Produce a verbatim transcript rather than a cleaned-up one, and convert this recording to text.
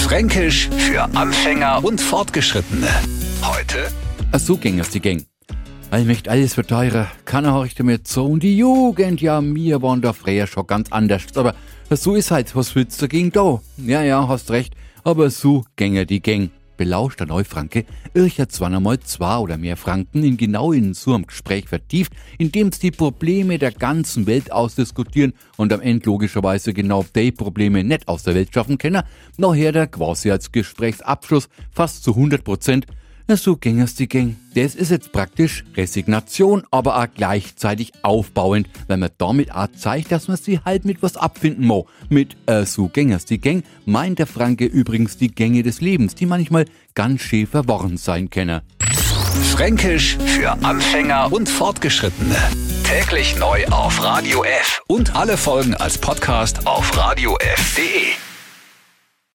Fränkisch für Anfänger und Fortgeschrittene. Heute? So ging es die Gang. Ich möchte alles verteuern. Keiner horchte mir zu. Und die Jugend, ja, mir waren da früher schon ganz anders. Aber so ist halt, was willst du dagegen da? Ja, ja, hast recht. Aber so gänge die Gang. Belauscht der Neufranke, ircher zwar einmal zwei oder mehr Franken in genau in so einem Gespräch vertieft, indem sie die Probleme der ganzen Welt ausdiskutieren und am Ende logischerweise genau die Probleme nicht aus der Welt schaffen können, nachher der quasi als Gesprächsabschluss fast zu hundert Prozent. So ging es die Gang. Das ist jetzt praktisch Resignation, aber auch gleichzeitig aufbauend, weil man damit auch zeigt, dass man sie halt mit was abfinden muss. Mit äh, so ging es die Gang meint der Franke übrigens die Gänge des Lebens, die manchmal ganz schön verworren sein können. Fränkisch für Anfänger und Fortgeschrittene. Täglich neu auf Radio F und alle Folgen als Podcast auf radio f punkt de.